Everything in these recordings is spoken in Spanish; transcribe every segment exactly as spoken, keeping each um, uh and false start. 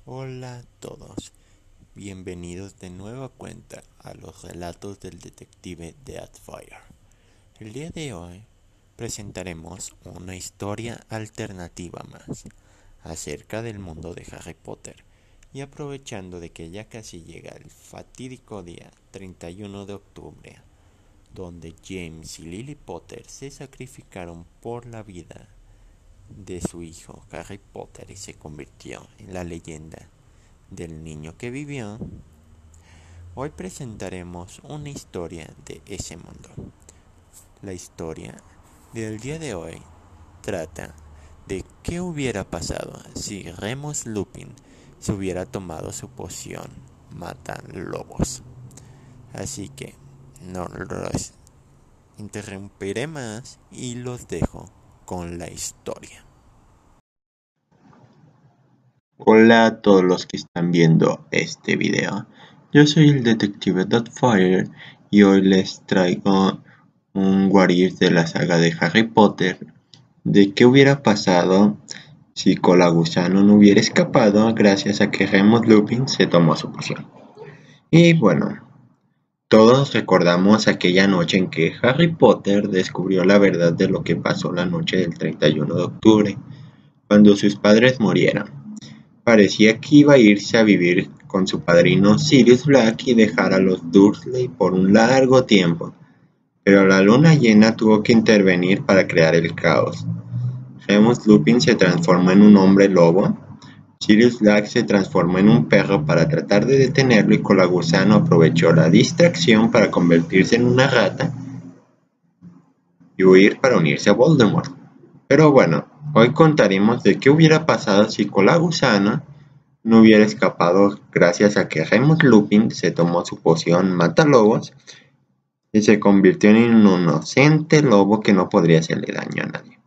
Hola a todos, bienvenidos de nueva cuenta a los relatos del detective Deadfire. El día de hoy presentaremos una historia alternativa más acerca del mundo de Harry Potter, y aprovechando de que ya casi llega el fatídico día treinta y uno de octubre, donde James y Lily Potter se sacrificaron por la vida de su hijo Harry Potter y se convirtió en la leyenda del niño que vivió, hoy presentaremos una historia de ese mundo. La historia del día de hoy trata de qué hubiera pasado si Remus Lupin se hubiera tomado su poción mata lobos. Así que no los interrumpiré más y los dejo con la historia. Hola a todos los que están viendo este video. Yo soy el detective Deadfire y hoy les traigo un what if de la saga de Harry Potter, de qué hubiera pasado si Colagusano no hubiera escapado gracias a que Remus Lupin se tomó su poción. Y bueno, todos recordamos aquella noche en que Harry Potter descubrió la verdad de lo que pasó la noche del treinta y uno de octubre, cuando sus padres murieron. Parecía que iba a irse a vivir con su padrino Sirius Black y dejar a los Dursley por un largo tiempo, pero la luna llena tuvo que intervenir para crear el caos. Remus Lupin se transformó en un hombre lobo, Sirius Black se transformó en un perro para tratar de detenerlo y Colagusano aprovechó la distracción para convertirse en una rata y huir para unirse a Voldemort. Pero bueno, hoy contaremos de qué hubiera pasado si Colagusano no hubiera escapado gracias a que Remus Lupin se tomó su poción matalobos y se convirtió en un inocente lobo que no podría hacerle daño a nadie.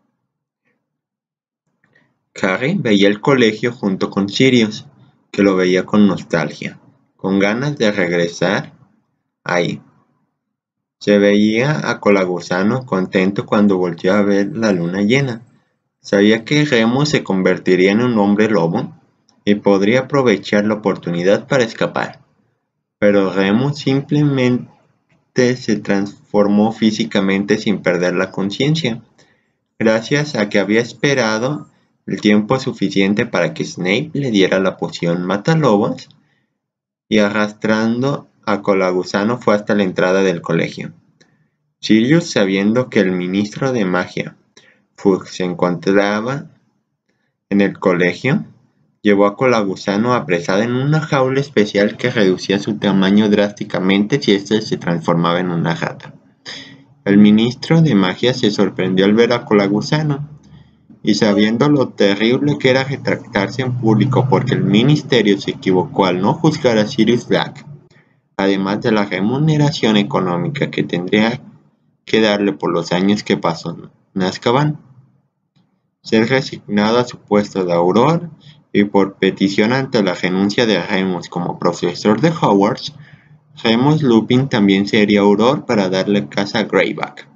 Harry veía el colegio junto con Sirius, que lo veía con nostalgia, con ganas de regresar ahí. Se veía a Colagusano contento cuando volvió a ver la luna llena. Sabía que Remus se convertiría en un hombre lobo y podría aprovechar la oportunidad para escapar. Pero Remus simplemente se transformó físicamente sin perder la conciencia, gracias a que había esperado el tiempo suficiente para que Snape le diera la poción matalobos, y arrastrando a Colagusano fue hasta la entrada del colegio. Sirius, sabiendo que el ministro de magia Fudge se encontraba en el colegio, llevó a Colagusano apresado en una jaula especial que reducía su tamaño drásticamente si éste se transformaba en una rata. El ministro de magia se sorprendió al ver a Colagusano, y sabiendo lo terrible que era retractarse en público porque el ministerio se equivocó al no juzgar a Sirius Black, además de la remuneración económica que tendría que darle por los años que pasó en Azkaban, ser resignado a su puesto de Auror, y por petición ante la renuncia de Remus como profesor de Hogwarts, Remus Lupin también sería Auror para darle casa a Greyback.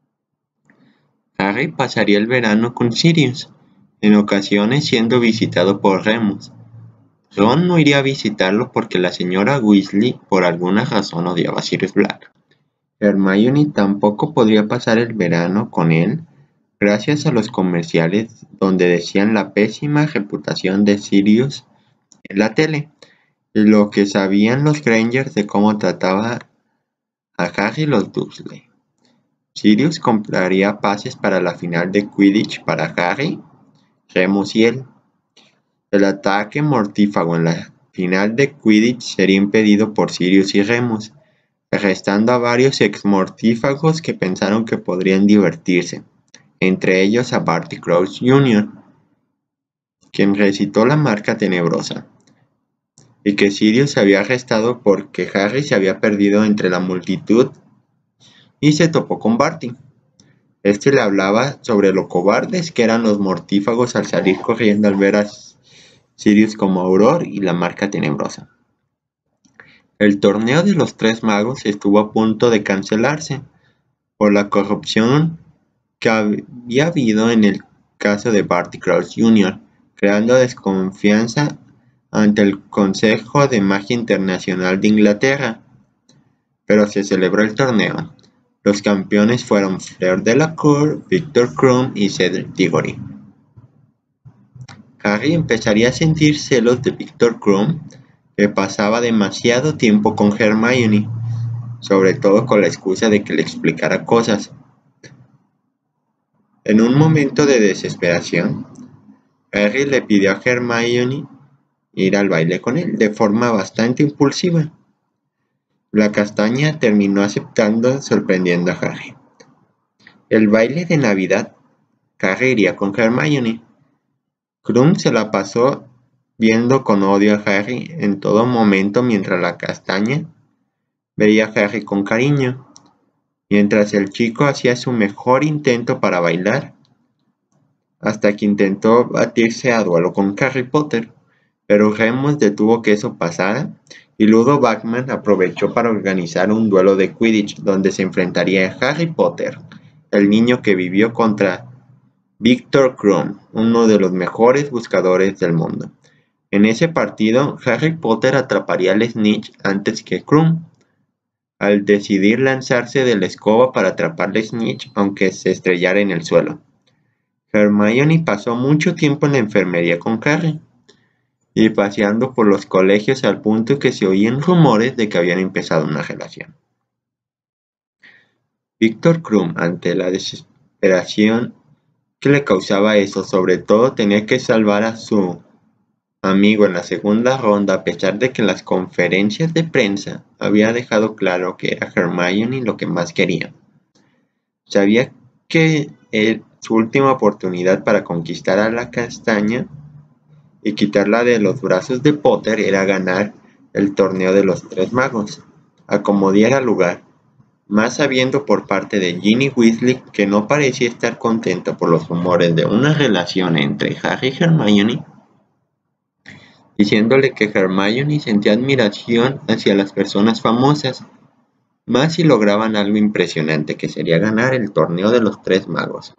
Harry pasaría el verano con Sirius, en ocasiones siendo visitado por Remus. Ron no iría a visitarlo porque la señora Weasley por alguna razón odiaba a Sirius Black. Hermione tampoco podría pasar el verano con él gracias a los comerciales donde decían la pésima reputación de Sirius en la tele, y lo que sabían los Grangers de cómo trataba a Harry los Dursley. Sirius compraría pases para la final de Quidditch para Harry, Remus y él. El ataque mortífago en la final de Quidditch sería impedido por Sirius y Remus, arrestando a varios ex-mortífagos que pensaron que podrían divertirse, entre ellos a Barty Crouch junior, quien recitó la marca tenebrosa, y que Sirius había arrestado porque Harry se había perdido entre la multitud y se topó con Barty. Este le hablaba sobre lo cobardes que eran los mortífagos al salir corriendo al ver a Sirius como Auror y la marca tenebrosa. El torneo de los Tres Magos estuvo a punto de cancelarse por la corrupción que había habido en el caso de Barty Crouch junior, creando desconfianza ante el Consejo de Magia Internacional de Inglaterra, pero se celebró el torneo. Los campeones fueron Fleur Delacour, Viktor Krum y Cedric Diggory. Harry empezaría a sentir celos de Viktor Krum, que pasaba demasiado tiempo con Hermione, sobre todo con la excusa de que le explicara cosas. En un momento de desesperación, Harry le pidió a Hermione ir al baile con él de forma bastante impulsiva. La castaña terminó aceptando, sorprendiendo a Harry. El baile de Navidad, Harry iría con Hermione. Krum se la pasó viendo con odio a Harry en todo momento mientras la castaña veía a Harry con cariño. Mientras el chico hacía su mejor intento para bailar, hasta que intentó batirse a duelo con Harry Potter, pero Remus detuvo que eso pasara y Ludo Bagman aprovechó para organizar un duelo de Quidditch donde se enfrentaría a Harry Potter, el niño que vivió, contra Viktor Krum, uno de los mejores buscadores del mundo. En ese partido, Harry Potter atraparía al Snitch antes que Krum, al decidir lanzarse de la escoba para atrapar al Snitch aunque se estrellara en el suelo. Hermione pasó mucho tiempo en la enfermería con Harry y paseando por los colegios al punto que se oían rumores de que habían empezado una relación. Viktor Krum, ante la desesperación que le causaba eso, sobre todo tenía que salvar a su amigo en la segunda ronda, a pesar de que en las conferencias de prensa había dejado claro que era Hermione lo que más quería. Sabía que él, su última oportunidad para conquistar a la castaña y quitarla de los brazos de Potter era ganar el torneo de los Tres Magos, a como diera lugar, más sabiendo por parte de Ginny Weasley que no parecía estar contenta por los rumores de una relación entre Harry y Hermione, diciéndole que Hermione sentía admiración hacia las personas famosas, más si lograban algo impresionante que sería ganar el torneo de los Tres Magos.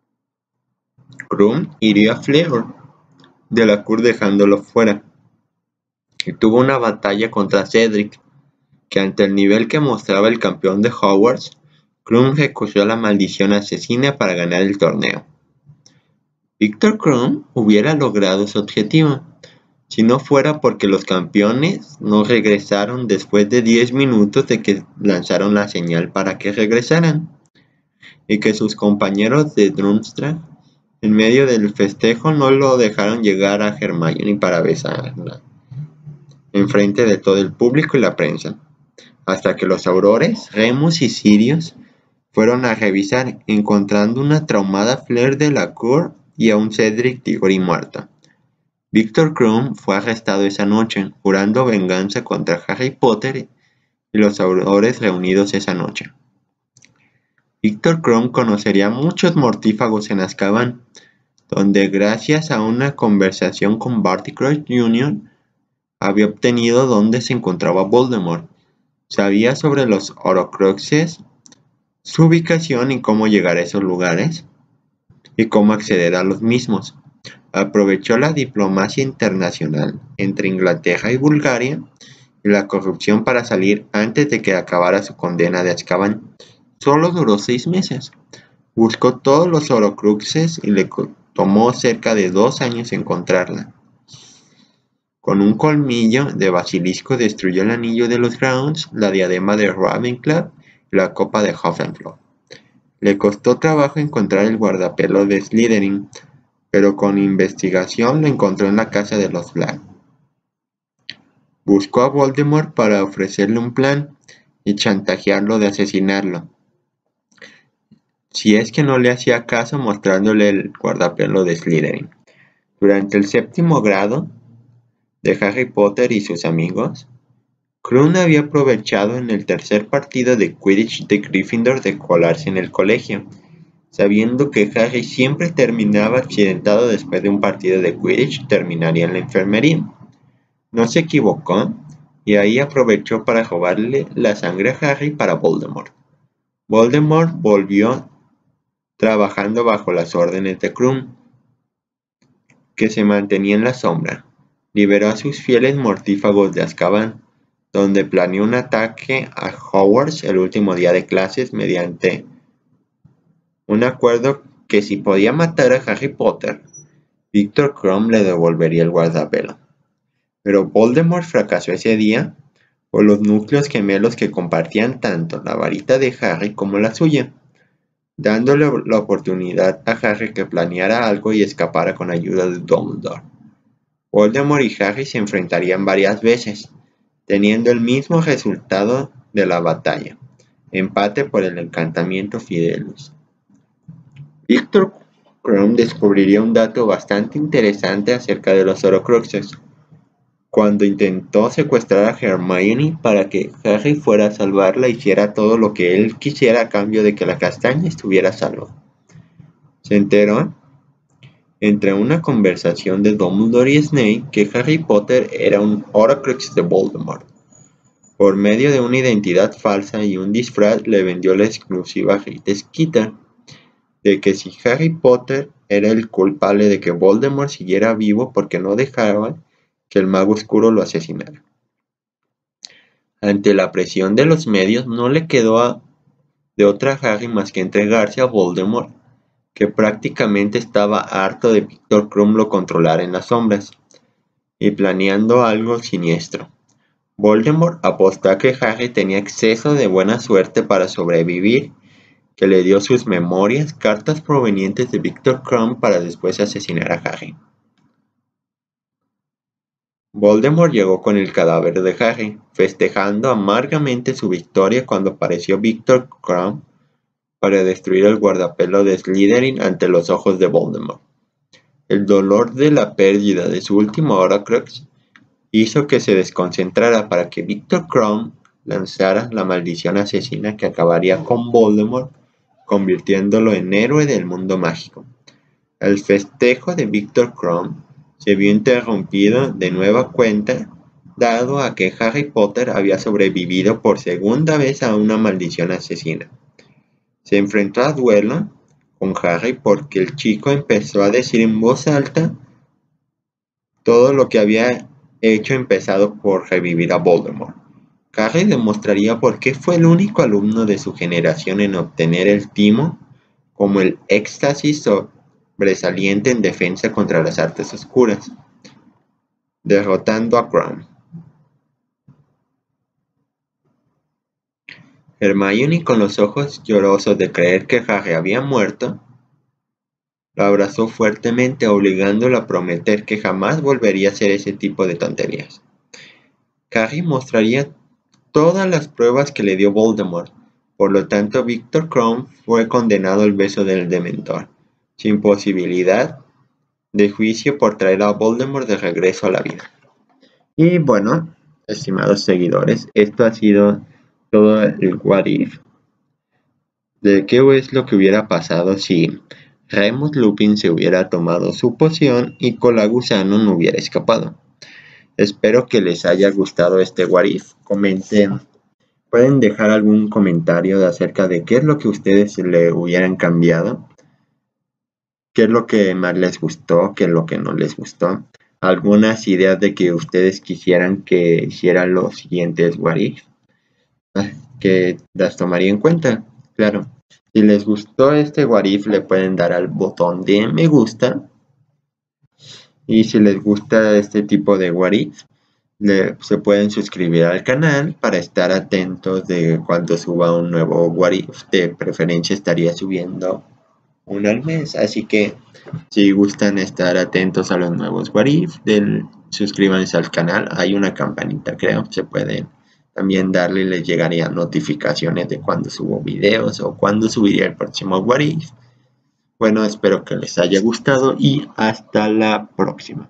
Krum hirió a Fleur Delacour dejándolo fuera, y tuvo una batalla contra Cedric, que ante el nivel que mostraba el campeón de Hogwarts, Krum recurrió a la maldición asesina para ganar el torneo. Viktor Krum hubiera logrado su objetivo, si no fuera porque los campeones no regresaron después de diez minutos de que lanzaron la señal para que regresaran, y que sus compañeros de Durmstrang en medio del festejo no lo dejaron llegar a Hermione para besarla en frente de todo el público y la prensa, hasta que los aurores, Remus y Sirius fueron a revisar, encontrando una traumada Fleur Delacour y a un Cedric Diggory muerto. Viktor Krum fue arrestado esa noche, jurando venganza contra Harry Potter y los aurores reunidos esa noche. Viktor Krum conocería a muchos mortífagos en Azkaban, donde gracias a una conversación con Barty Crouch junior había obtenido dónde se encontraba Voldemort. Sabía sobre los Horcruxes, su ubicación y cómo llegar a esos lugares, y cómo acceder a los mismos. Aprovechó la diplomacia internacional entre Inglaterra y Bulgaria y la corrupción para salir antes de que acabara su condena de Azkaban. Solo duró seis meses. Buscó todos los Horcruxes y le tomó cerca de dos años encontrarla. Con un colmillo de basilisco destruyó el anillo de los Grounds, la diadema de Ravenclaw y la copa de Hufflepuff. Le costó trabajo encontrar el guardapelo de Slytherin, pero con investigación lo encontró en la casa de los Black. Buscó a Voldemort para ofrecerle un plan y chantajearlo de asesinarlo, si es que no le hacía caso, mostrándole el guardapelo de Slytherin. Durante el séptimo grado de Harry Potter y sus amigos, Krum había aprovechado en el tercer partido de Quidditch de Gryffindor de colarse en el colegio, sabiendo que Harry siempre terminaba accidentado después de un partido de Quidditch, terminaría en la enfermería. No se equivocó, y ahí aprovechó para robarle la sangre a Harry para Voldemort. Voldemort volvió trabajando bajo las órdenes de Krum, que se mantenía en la sombra. liberó a sus fieles mortífagos de Azkaban, donde planeó un ataque a Hogwarts el último día de clases mediante un acuerdo que si podía matar a Harry Potter, Víctor Krum le devolvería el guardapelo. Pero Voldemort fracasó ese día por los núcleos gemelos que compartían tanto la varita de Harry como la suya, dándole la oportunidad a Harry que planeara algo y escapara con ayuda de Dumbledore. Voldemort y Harry se enfrentarían varias veces, teniendo el mismo resultado de la batalla, empate por el encantamiento Fidelus. Víctor Krum descubriría un dato bastante interesante acerca de los Horcruxes, cuando intentó secuestrar a Hermione para que Harry fuera a salvarla e hiciera todo lo que él quisiera a cambio de que la castaña estuviera salva. Se enteró, entre una conversación de Dumbledore y Snape, que Harry Potter era un Horcrux de Voldemort. Por medio de una identidad falsa y un disfraz le vendió la exclusiva a Rita Skeeter de que si Harry Potter era el culpable de que Voldemort siguiera vivo porque no dejaba que el mago oscuro lo asesinara. Ante la presión de los medios, no le quedó a, de otra a Harry más que entregarse a Voldemort, que prácticamente estaba harto de Víctor Krum lo controlara en las sombras, y planeando algo siniestro. Voldemort apostó a que Harry tenía exceso de buena suerte para sobrevivir, que le dio sus memorias, cartas provenientes de Víctor Krum para después asesinar a Harry. Voldemort llegó con el cadáver de Harry, festejando amargamente su victoria cuando apareció Víctor Krum para destruir el guardapelo de Slytherin ante los ojos de Voldemort. El dolor de la pérdida de su último Horcrux hizo que se desconcentrara para que Víctor Krum lanzara la maldición asesina que acabaría con Voldemort, convirtiéndolo en héroe del mundo mágico. El festejo de Víctor Krum se vio interrumpido de nueva cuenta, dado a que Harry Potter había sobrevivido por segunda vez a una maldición asesina. Se enfrentó a duelo con Harry porque el chico empezó a decir en voz alta todo lo que había hecho empezado por revivir a Voldemort. Harry demostraría por qué fue el único alumno de su generación en obtener el timo como el éxtasis sobresaliente en defensa contra las artes oscuras, derrotando a Krum. Hermione, con los ojos llorosos de creer que Harry había muerto, lo abrazó fuertemente, obligándolo a prometer que jamás volvería a hacer ese tipo de tonterías. Harry mostraría todas las pruebas que le dio Voldemort, por lo tanto Víctor Krum fue condenado al beso del Dementor, sin posibilidad de juicio por traer a Voldemort de regreso a la vida. Y bueno, estimados seguidores, esto ha sido todo el What If de qué es lo que hubiera pasado si Remus Lupin se hubiera tomado su poción y Colagusano no hubiera escapado. Espero que les haya gustado este What If. Comenten, pueden dejar algún comentario acerca de qué es lo que ustedes le hubieran cambiado, qué es lo que más les gustó, qué es lo que no les gustó, algunas ideas de que ustedes quisieran que hicieran los siguientes What If, que las tomaría en cuenta. Claro, si les gustó este What If, le pueden dar al botón de me gusta. Y si les gusta este tipo de What If, le, se pueden suscribir al canal para estar atentos de cuando suba un nuevo What If. De preferencia estaría subiendo uno al mes. Así que si gustan estar atentos a los nuevos What If, del, suscríbanse al canal. Hay una campanita, creo. Se pueden también darle y les llegarían notificaciones de cuando subo videos o cuando subiría el próximo What If. Bueno, espero que les haya gustado y hasta la próxima.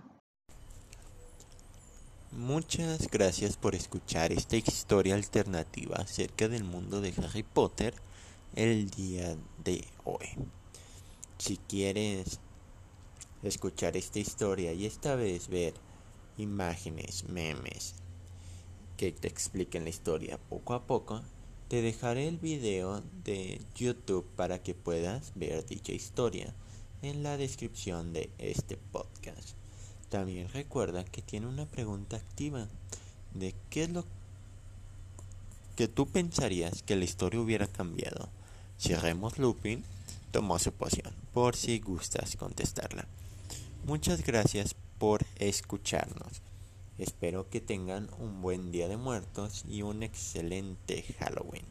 Muchas gracias por escuchar esta historia alternativa acerca del mundo de Harry Potter el día de hoy. Si quieres escuchar esta historia y esta vez ver imágenes, memes que te expliquen la historia poco a poco, te dejaré el video de YouTube para que puedas ver dicha historia en la descripción de este podcast. También recuerda que tiene una pregunta activa de qué es lo que tú pensarías que la historia hubiera cambiado si Remus Lupin tomó su poción, por si gustas contestarla. Muchas gracias por escucharnos. Espero que tengan un buen Día de Muertos y un excelente Halloween.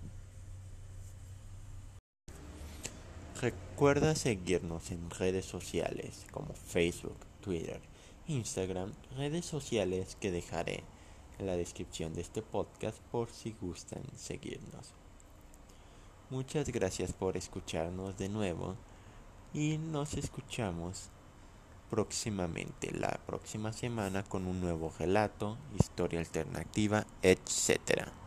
Recuerda seguirnos en redes sociales como Facebook, Twitter, Instagram, redes sociales que dejaré en la descripción de este podcast por si gustan seguirnos. Muchas gracias por escucharnos de nuevo y nos escuchamos próximamente, la próxima semana, con un nuevo relato, historia alternativa, etcétera.